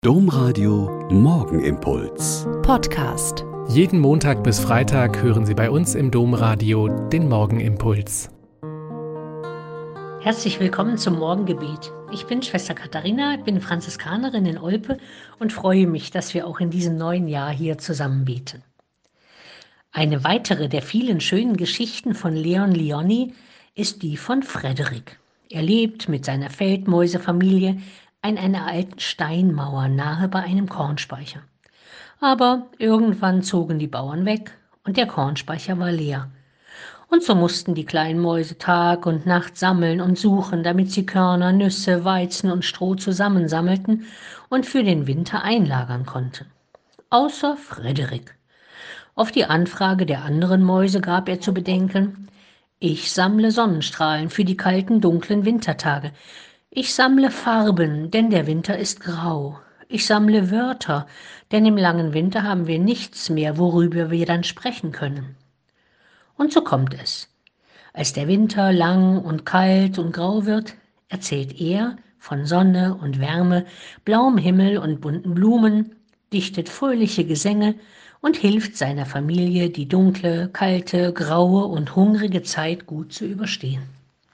Domradio Morgenimpuls. Podcast. Jeden Montag bis Freitag hören Sie bei uns im Domradio den Morgenimpuls. Herzlich willkommen zum Morgengebet. Ich bin Schwester Katharina, bin Franziskanerin in Olpe und freue mich, dass wir auch in diesem neuen Jahr hier zusammen beten. Eine weitere der vielen schönen Geschichten von Leon Lionni ist die von Frederik. Er lebt mit seiner Feldmäusefamilie an einer alten Steinmauer nahe bei einem Kornspeicher. Aber irgendwann zogen die Bauern weg und der Kornspeicher war leer. Und so mussten die kleinen Mäuse Tag und Nacht sammeln und suchen, damit sie Körner, Nüsse, Weizen und Stroh zusammensammelten und für den Winter einlagern konnten. Außer Frederik. Auf die Anfrage der anderen Mäuse gab er zu bedenken: Ich sammle Sonnenstrahlen für die kalten, dunklen Wintertage. Ich sammle Farben, denn der Winter ist grau. Ich sammle Wörter, denn im langen Winter haben wir nichts mehr, worüber wir dann sprechen können. Und so kommt es. Als der Winter lang und kalt und grau wird, erzählt er von Sonne und Wärme, blauem Himmel und bunten Blumen, dichtet fröhliche Gesänge und hilft seiner Familie, die dunkle, kalte, graue und hungrige Zeit gut zu überstehen.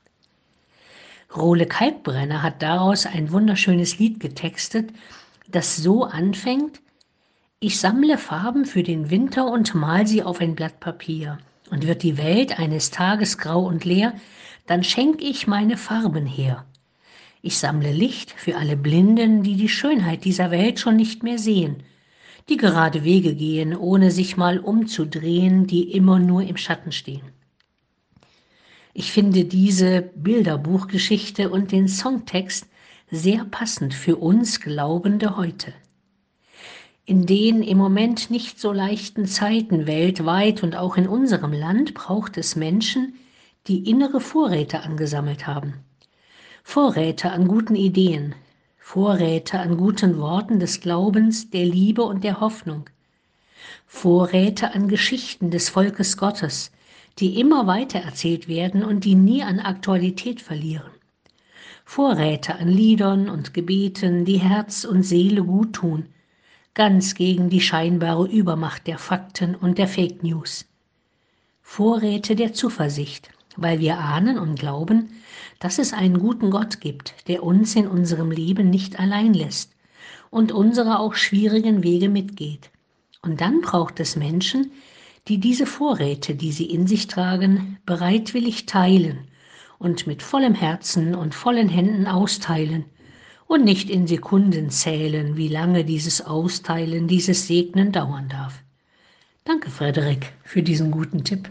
Role Kalkbrenner hat daraus ein wunderschönes Lied getextet, das so anfängt: Ich sammle Farben für den Winter und mal sie auf ein Blatt Papier. Und wird die Welt eines Tages grau und leer, dann schenk ich meine Farben her. Ich sammle Licht für alle Blinden, die die Schönheit dieser Welt schon nicht mehr sehen, die gerade Wege gehen, ohne sich mal umzudrehen, die immer nur im Schatten stehen. Ich finde diese Bilderbuchgeschichte und den Songtext sehr passend für uns Glaubende heute. In den im Moment nicht so leichten Zeiten weltweit und auch in unserem Land braucht es Menschen, die innere Vorräte angesammelt haben. Vorräte an guten Ideen, Vorräte an guten Worten des Glaubens, der Liebe und der Hoffnung. Vorräte an Geschichten des Volkes Gottes, die immer weiter erzählt werden und die nie an Aktualität verlieren. Vorräte an Liedern und Gebeten, die Herz und Seele gut tun, ganz gegen die scheinbare Übermacht der Fakten und der Fake News. Vorräte der Zuversicht, weil wir ahnen und glauben, dass es einen guten Gott gibt, der uns in unserem Leben nicht allein lässt und unsere auch schwierigen Wege mitgeht. Und dann braucht es Menschen, die diese Vorräte, die sie in sich tragen, bereitwillig teilen und mit vollem Herzen und vollen Händen austeilen und nicht in Sekunden zählen, wie lange dieses Austeilen, dieses Segnen dauern darf. Danke, Frederik, für diesen guten Tipp.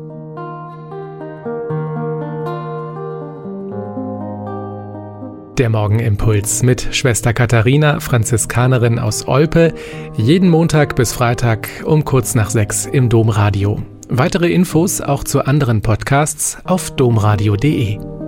Der Morgenimpuls mit Schwester Katharina, Franziskanerin aus Olpe, jeden Montag bis Freitag um kurz nach 6 im Domradio. Weitere Infos auch zu anderen Podcasts auf domradio.de.